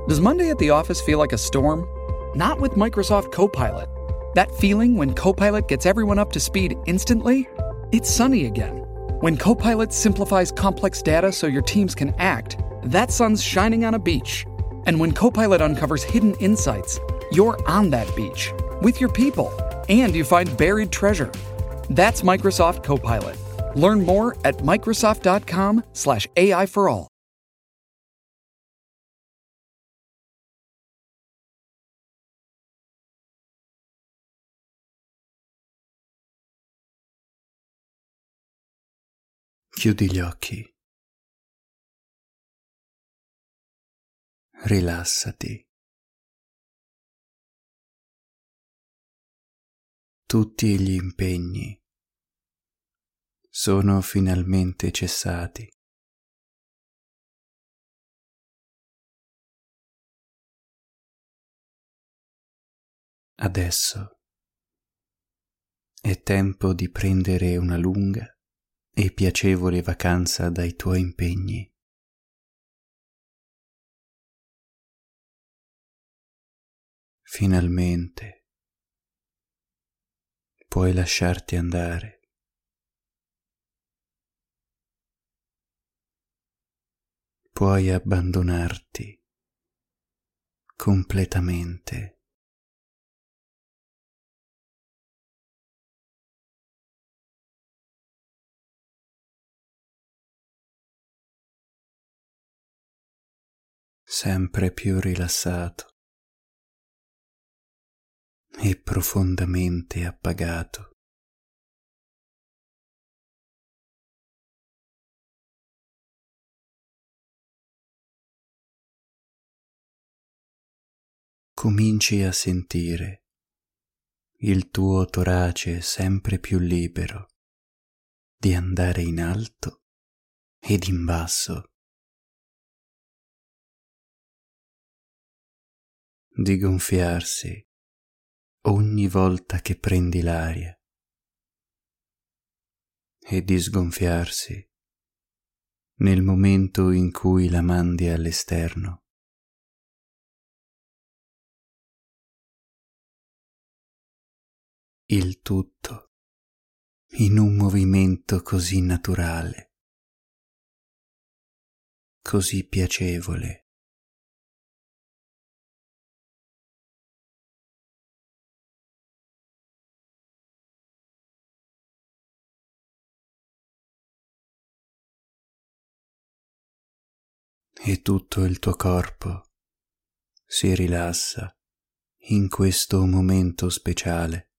Does Monday at the office feel like a storm? Not with Microsoft Copilot. That feeling when Copilot gets everyone up to speed instantly? It's sunny again. When Copilot simplifies complex data so your teams can act, that sun's shining on a beach. And when Copilot uncovers hidden insights, you're on that beach with your people, and you find buried treasure. That's Microsoft Copilot. Learn more at Microsoft.com/AI for all. Chiudi gli occhi. Rilassati. Tutti gli impegni sono finalmente cessati. Adesso è tempo di prendere una lunga e piacevole vacanza dai tuoi impegni. Finalmente puoi lasciarti andare. Puoi abbandonarti completamente. Sempre più rilassato e profondamente appagato. Cominci a sentire il tuo torace sempre più libero di andare in alto ed in basso, di gonfiarsi ogni volta che prendi l'aria e di sgonfiarsi nel momento in cui la mandi all'esterno. Il tutto in un movimento così naturale, così piacevole. E tutto il tuo corpo si rilassa in questo momento speciale,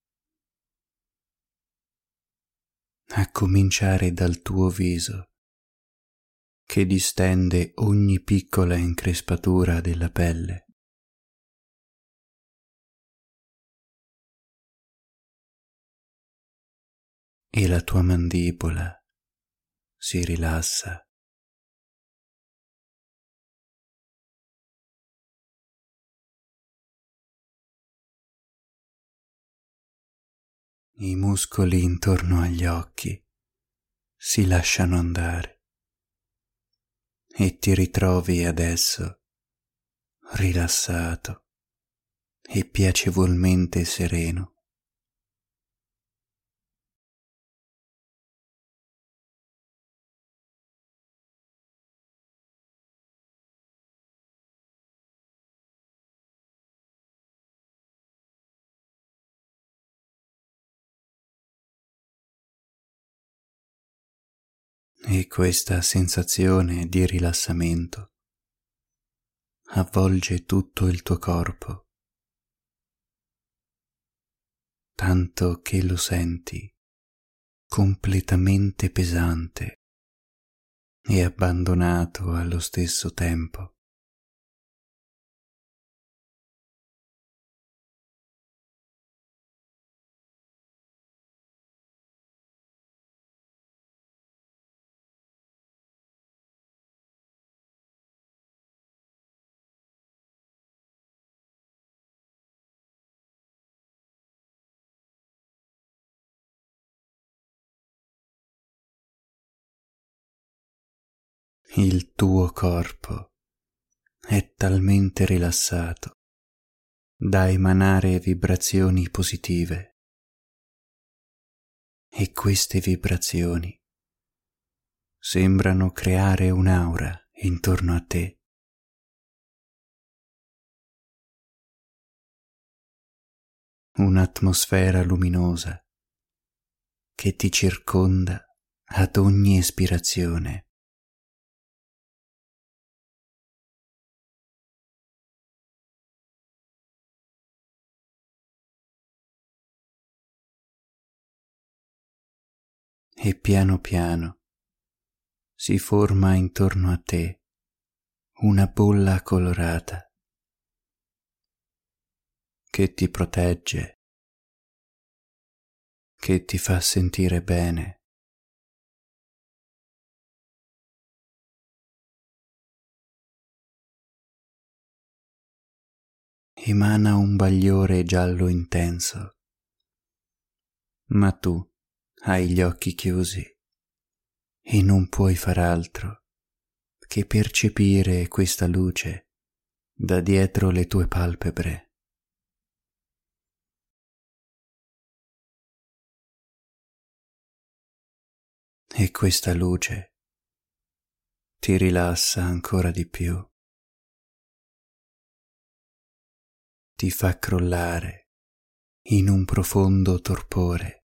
a cominciare dal tuo viso, che distende ogni piccola increspatura della pelle. E la tua mandibola si rilassa. I muscoli intorno agli occhi si lasciano andare e ti ritrovi adesso rilassato e piacevolmente sereno. E questa sensazione di rilassamento avvolge tutto il tuo corpo, tanto che lo senti completamente pesante e abbandonato allo stesso tempo. Il tuo corpo è talmente rilassato da emanare vibrazioni positive, e queste vibrazioni sembrano creare un'aura intorno a te. Un'atmosfera luminosa che ti circonda ad ogni espirazione. E piano piano si forma intorno a te una bolla colorata che ti protegge, che ti fa sentire bene. Emana un bagliore giallo intenso, ma tu hai gli occhi chiusi e non puoi far altro che percepire questa luce da dietro le tue palpebre. E questa luce ti rilassa ancora di più, ti fa crollare in un profondo torpore,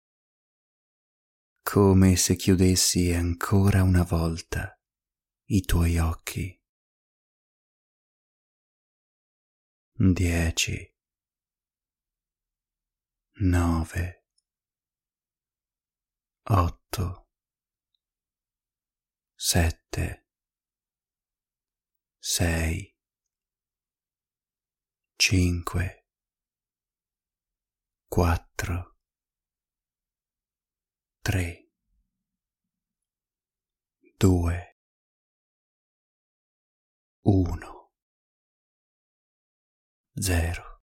come se chiudessi ancora una volta i tuoi occhi. 10, 9, 8, 7, 6, 5, 4, 3, 2, 1, 0.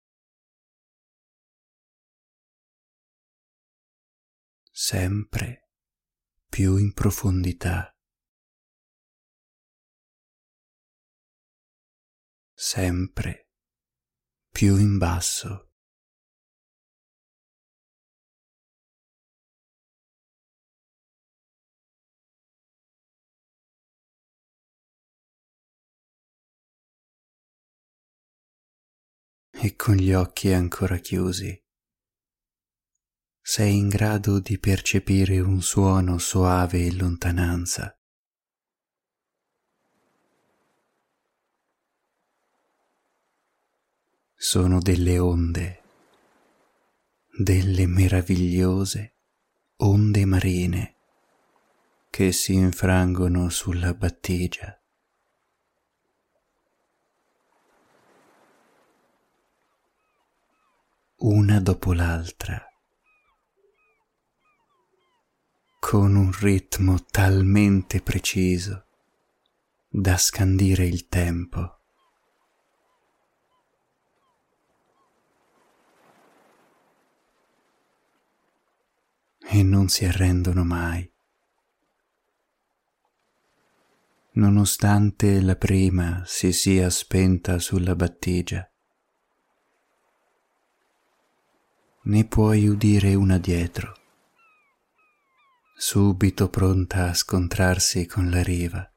Sempre più in profondità, sempre più in basso. E con gli occhi ancora chiusi sei in grado di percepire un suono soave in lontananza. Sono delle onde, delle meravigliose onde marine che si infrangono sulla battigia. Una dopo l'altra, con un ritmo talmente preciso da scandire il tempo. E non si arrendono mai, nonostante la prima si sia spenta sulla battigia. Ne puoi udire una dietro, subito pronta a scontrarsi con la riva.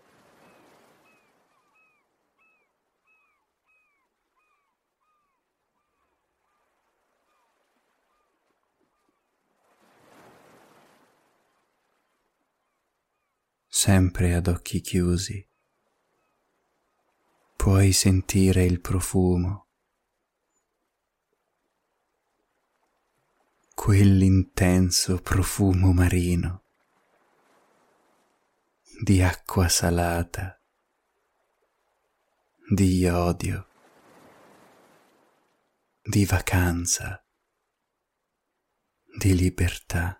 Sempre ad occhi chiusi, puoi sentire il profumo, quell'intenso profumo marino, di acqua salata, di iodio, di vacanza, di libertà.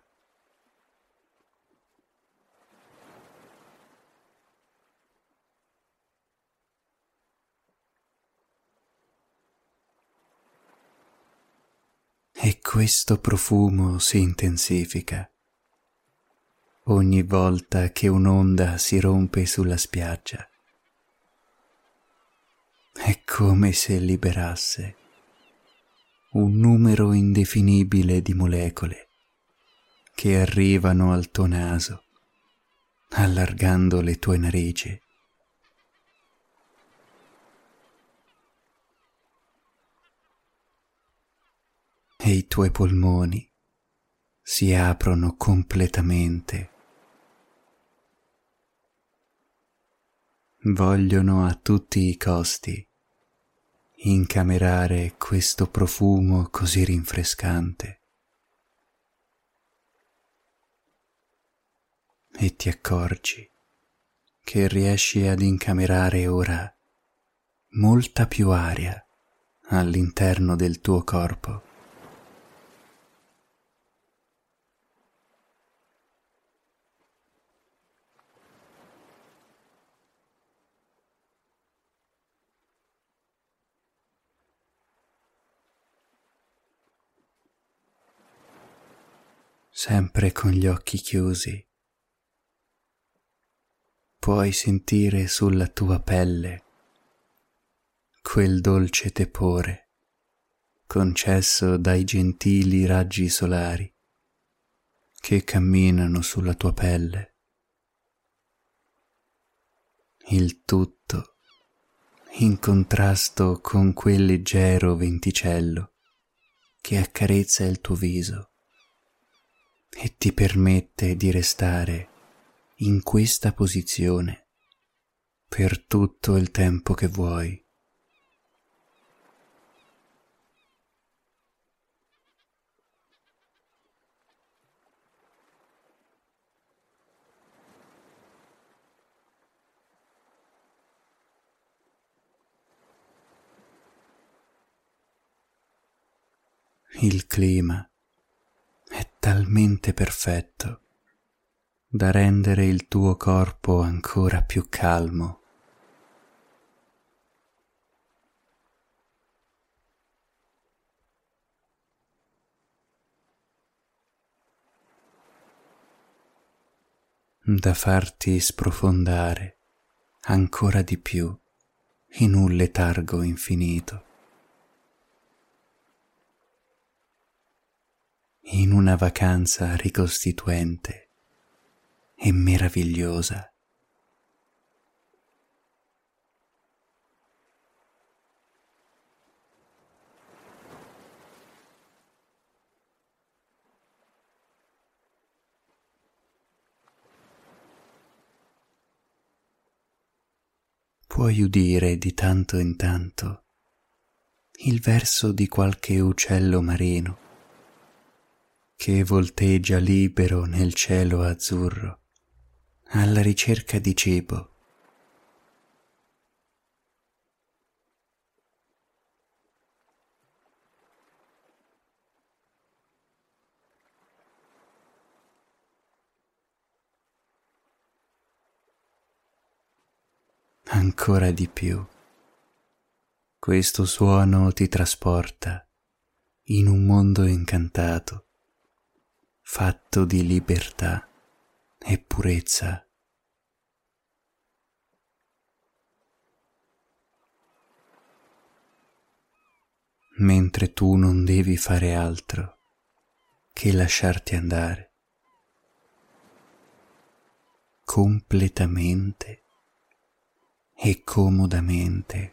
E questo profumo si intensifica ogni volta che un'onda si rompe sulla spiaggia. è come se liberasse un numero indefinibile di molecole che arrivano al tuo naso, allargando le tue narici. E i tuoi polmoni si aprono completamente. Vogliono a tutti i costi incamerare questo profumo così rinfrescante. E ti accorgi che riesci ad incamerare ora molta più aria all'interno del tuo corpo. Sempre con gli occhi chiusi, puoi sentire sulla tua pelle quel dolce tepore concesso dai gentili raggi solari che camminano sulla tua pelle. Il tutto in contrasto con quel leggero venticello che accarezza il tuo viso e ti permette di restare in questa posizione per tutto il tempo che vuoi. Il clima è talmente perfetto da rendere il tuo corpo ancora più calmo. Da farti sprofondare ancora di più in un letargo infinito, in una vacanza ricostituente e meravigliosa. Puoi udire di tanto in tanto il verso di qualche uccello marino che volteggia libero nel cielo azzurro alla ricerca di cibo. Ancora di più, questo suono ti trasporta in un mondo incantato, fatto di libertà e purezza. Mentre tu non devi fare altro che lasciarti andare completamente e comodamente.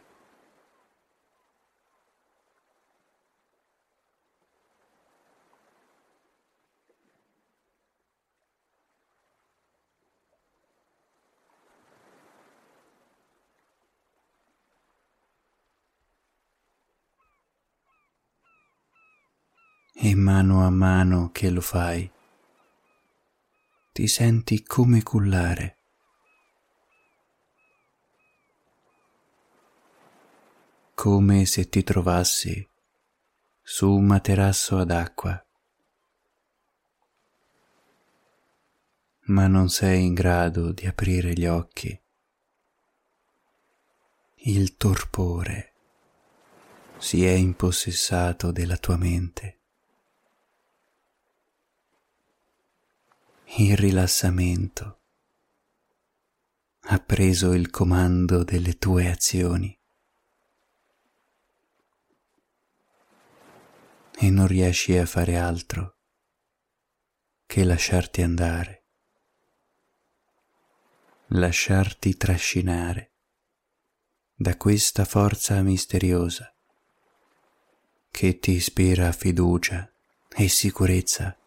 E mano a mano che lo fai, ti senti come cullare. Come se ti trovassi su un materasso ad acqua, ma non sei in grado di aprire gli occhi. Il torpore si è impossessato della tua mente. Il rilassamento ha preso il comando delle tue azioni. e non riesci a fare altro che lasciarti andare, lasciarti trascinare da questa forza misteriosa che ti ispira fiducia e sicurezza.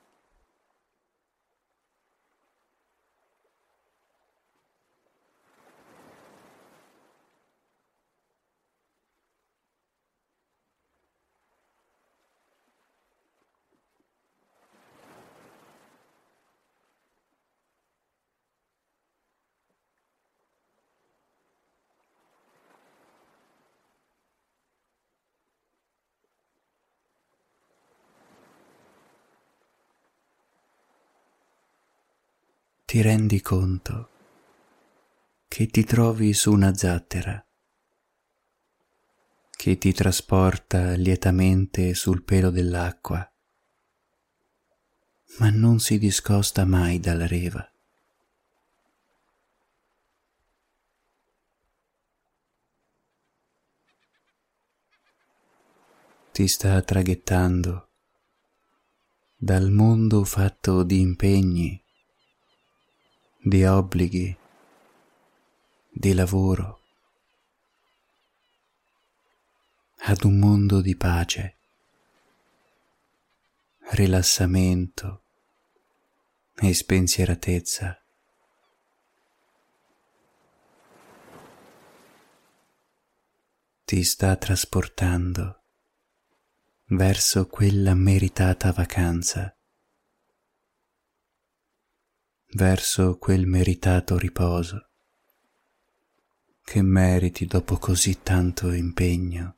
Ti rendi conto che ti trovi su una zattera che ti trasporta lietamente sul pelo dell'acqua, ma non si discosta mai dalla riva. Ti sta traghettando dal mondo fatto di impegni, di obblighi, di lavoro, ad un mondo di pace, rilassamento e spensieratezza. Ti sta trasportando verso quella meritata vacanza, verso quel meritato riposo che meriti dopo così tanto impegno.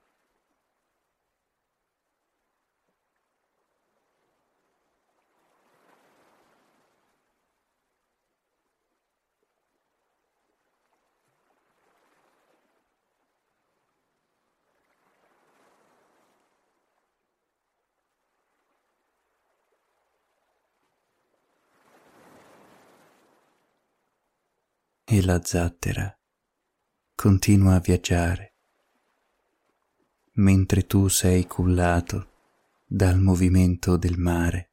E la zattera continua a viaggiare, mentre tu sei cullato dal movimento del mare.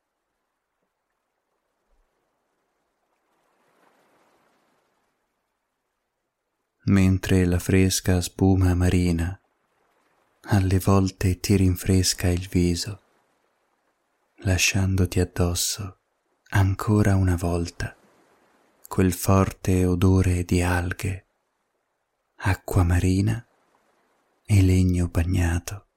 Mentre la fresca spuma marina alle volte ti rinfresca il viso, lasciandoti addosso ancora una volta quel forte odore di alghe, acqua marina e legno bagnato.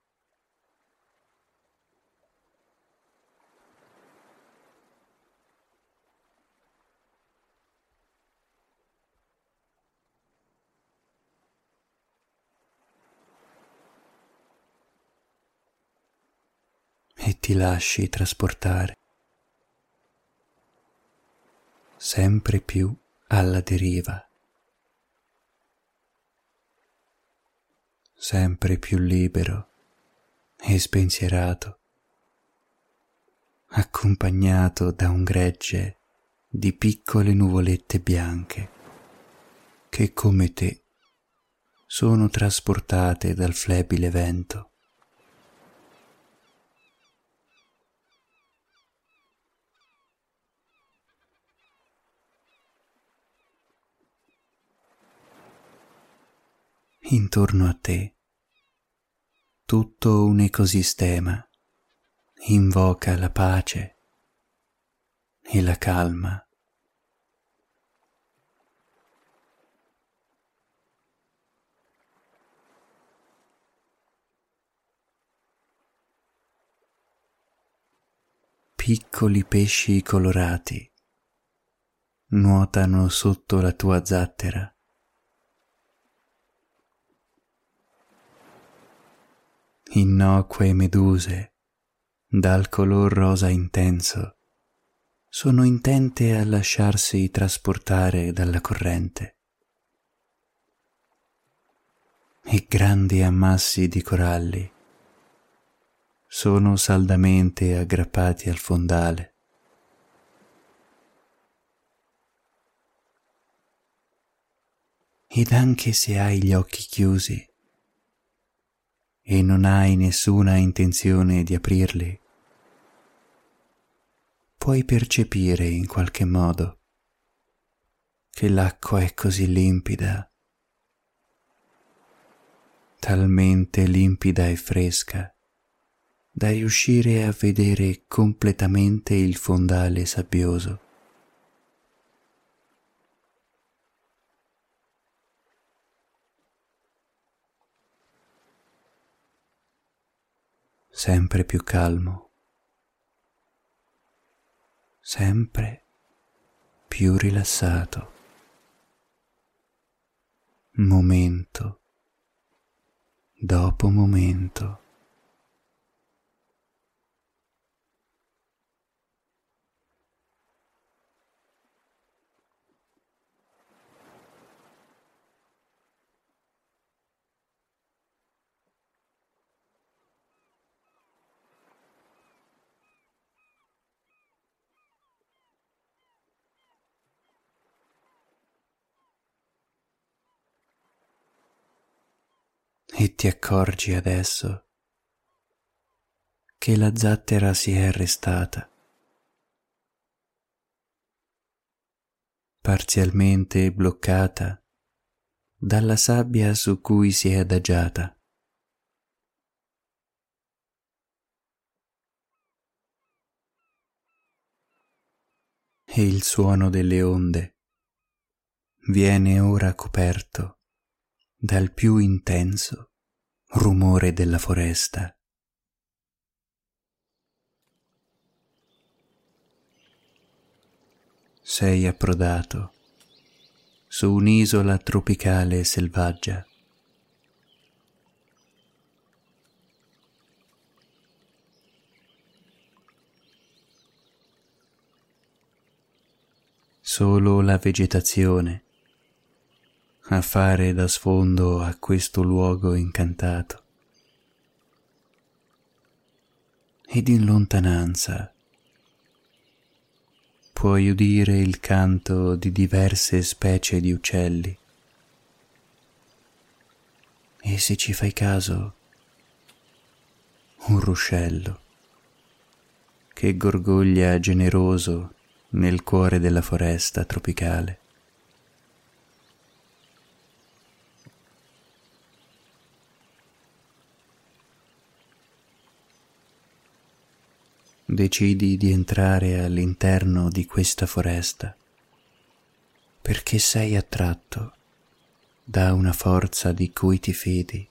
E ti lasci trasportare sempre più alla deriva, sempre più libero e spensierato, accompagnato da un gregge di piccole nuvolette bianche che come te sono trasportate dal flebile vento. Intorno a te tutto un ecosistema invoca la pace e la calma. Piccoli pesci colorati nuotano sotto la tua zattera. Innocue meduse dal color rosa intenso sono intente a lasciarsi trasportare dalla corrente, e grandi ammassi di coralli sono saldamente aggrappati al fondale. Ed anche se hai gli occhi chiusi, e non hai nessuna intenzione di aprirli, puoi percepire in qualche modo che l'acqua è così limpida, talmente limpida e fresca da riuscire a vedere completamente il fondale sabbioso. Sempre più calmo, sempre più rilassato, momento dopo momento. E ti accorgi adesso che la zattera si è arrestata, parzialmente bloccata dalla sabbia su cui si è adagiata. E il suono delle onde viene ora coperto dal più intenso rumore della foresta. Sei approdato su un'isola tropicale e selvaggia. Solo la vegetazione a fare da sfondo a questo luogo incantato. Ed in lontananza puoi udire il canto di diverse specie di uccelli. E se ci fai caso, un ruscello che gorgoglia generoso nel cuore della foresta tropicale. Decidi di entrare all'interno di questa foresta perché sei attratto da una forza di cui ti fidi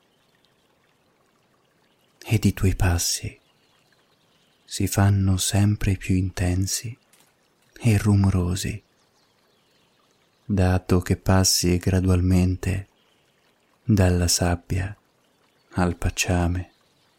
ed i tuoi passi si fanno sempre più intensi e rumorosi, dato che passi gradualmente dalla sabbia al pacciame.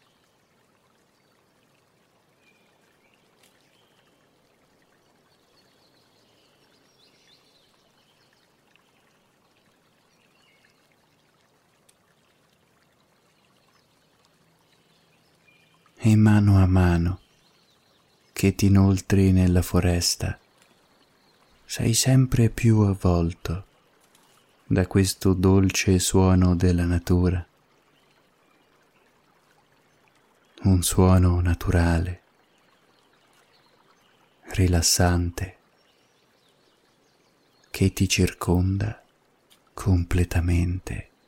E mano a mano che ti inoltri nella foresta, sei sempre più avvolto da questo dolce suono della natura, un suono naturale, rilassante, che ti circonda completamente.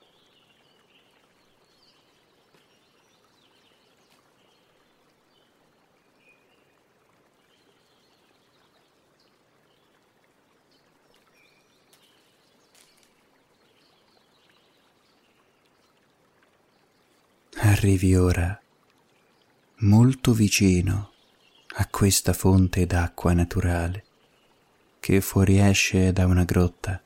Arrivi ora molto vicino a questa fonte d'acqua naturale che fuoriesce da una grotta.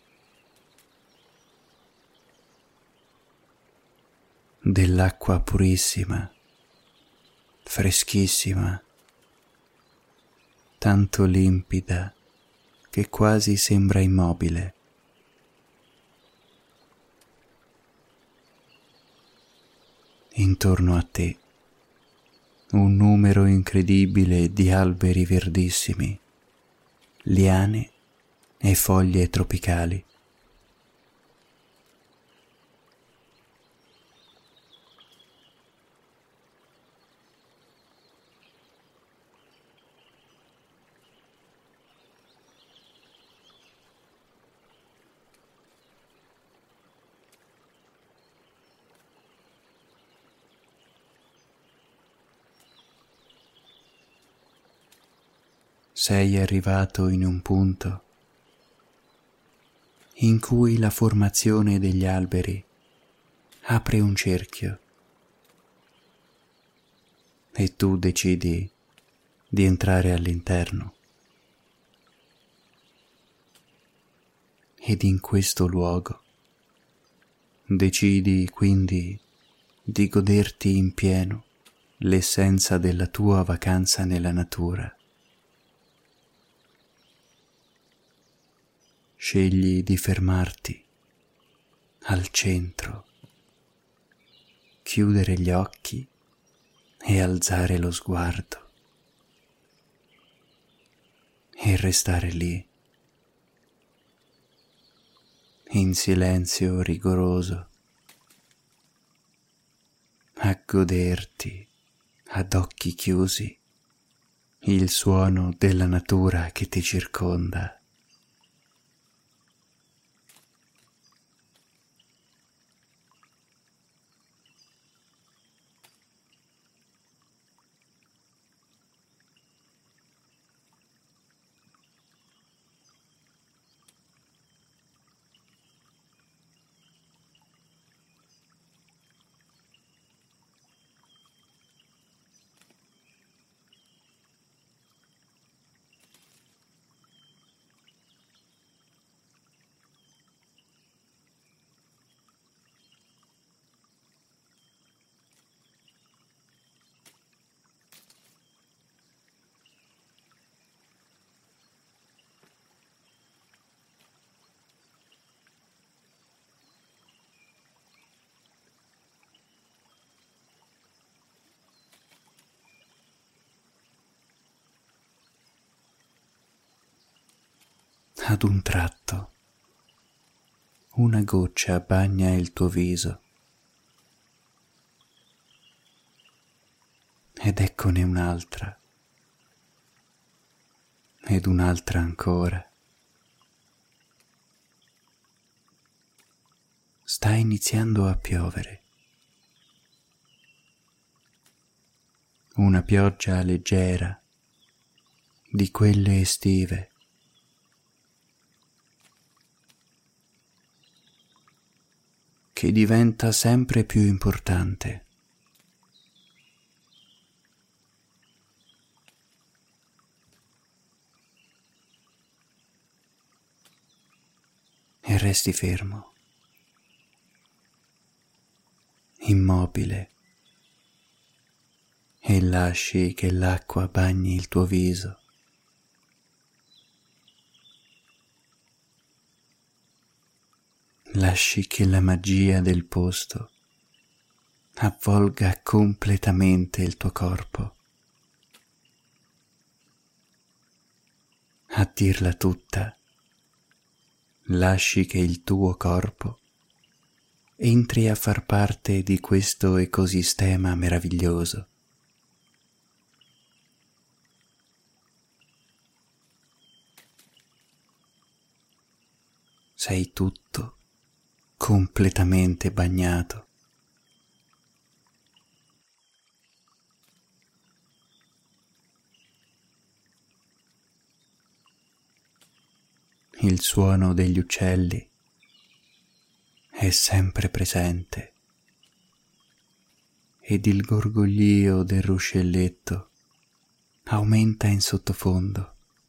Dell'acqua purissima, freschissima, tanto limpida che quasi sembra immobile. Intorno a te un numero incredibile di alberi verdissimi, liane e foglie tropicali. sei arrivato in un punto in cui la formazione degli alberi apre un cerchio e tu decidi di entrare all'interno. Ed in questo luogo decidi quindi di goderti in pieno l'essenza della tua vacanza nella natura. Scegli di fermarti al centro, chiudere gli occhi e alzare lo sguardo e restare lì in silenzio rigoroso a goderti ad occhi chiusi il suono della natura che ti circonda. Ad un tratto, una goccia bagna il tuo viso ed eccone un'altra ed un'altra ancora. Sta iniziando a piovere. Una pioggia leggera, di quelle estive. Che diventa sempre più importante. E resti fermo, immobile, e lasci che l'acqua bagni il tuo viso. Lasci che la magia del posto avvolga completamente il tuo corpo. A dirla tutta, lasci che il tuo corpo entri a far parte di questo ecosistema meraviglioso. Sei tutto completamente bagnato. Il suono degli uccelli è sempre presente ed il gorgoglio del ruscelletto aumenta in sottofondo.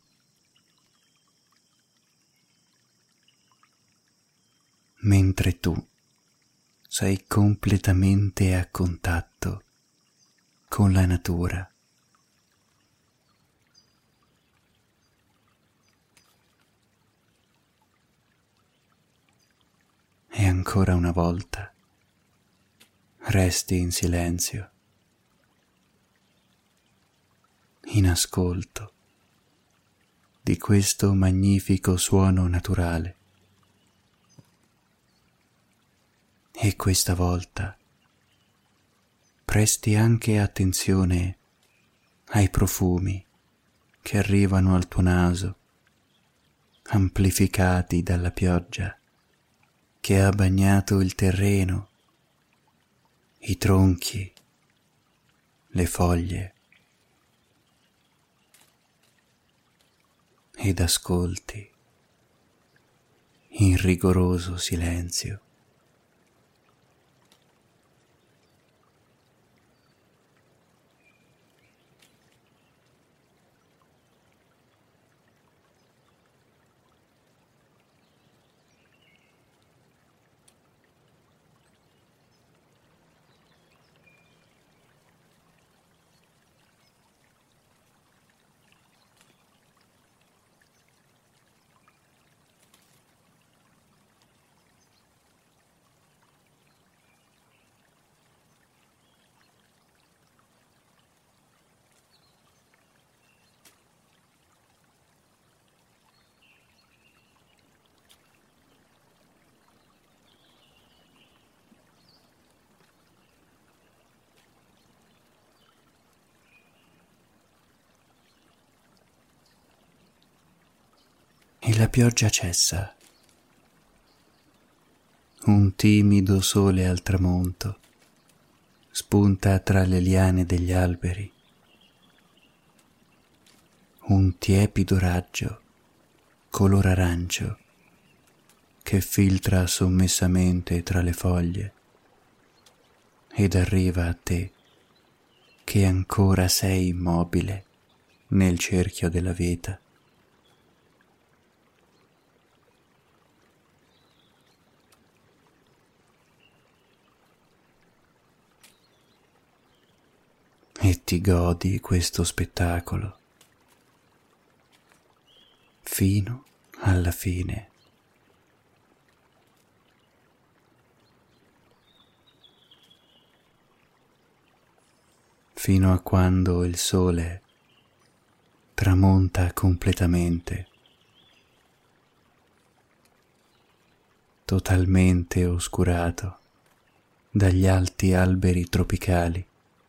Mentre tu sei completamente a contatto con la natura. E ancora una volta resti in silenzio, in ascolto di questo magnifico suono naturale. E questa volta presti anche attenzione ai profumi che arrivano al tuo naso, amplificati dalla pioggia che ha bagnato il terreno, i tronchi, le foglie. ed ascolti in rigoroso silenzio. E la pioggia cessa. Un timido sole al tramonto spunta tra le liane degli alberi. Un tiepido raggio, color arancio, che filtra sommessamente tra le foglie ed arriva a te, che ancora sei immobile nel cerchio della vita. E ti godi questo spettacolo fino alla fine. Fino a quando il sole tramonta completamente, totalmente oscurato dagli alti alberi tropicali.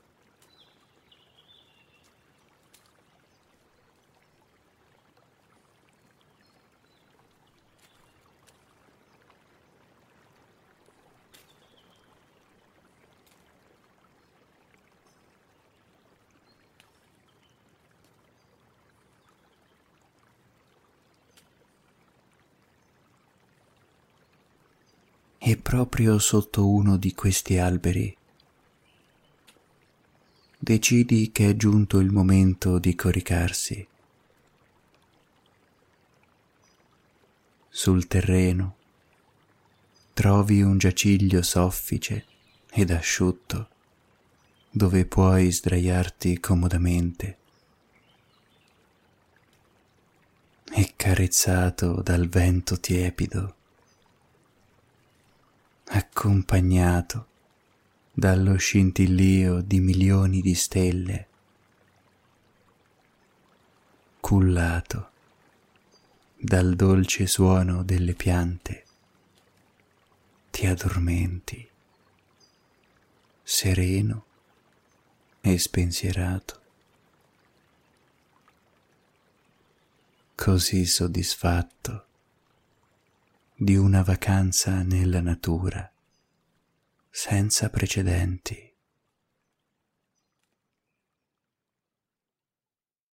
E proprio sotto uno di questi alberi decidi che è giunto il momento di coricarsi. Sul terreno trovi un giaciglio soffice ed asciutto dove puoi sdraiarti comodamente e carezzato dal vento tiepido, accompagnato dallo scintillio di milioni di stelle, cullato dal dolce suono delle piante, ti addormenti, sereno e spensierato, così soddisfatto di una vacanza nella natura senza precedenti.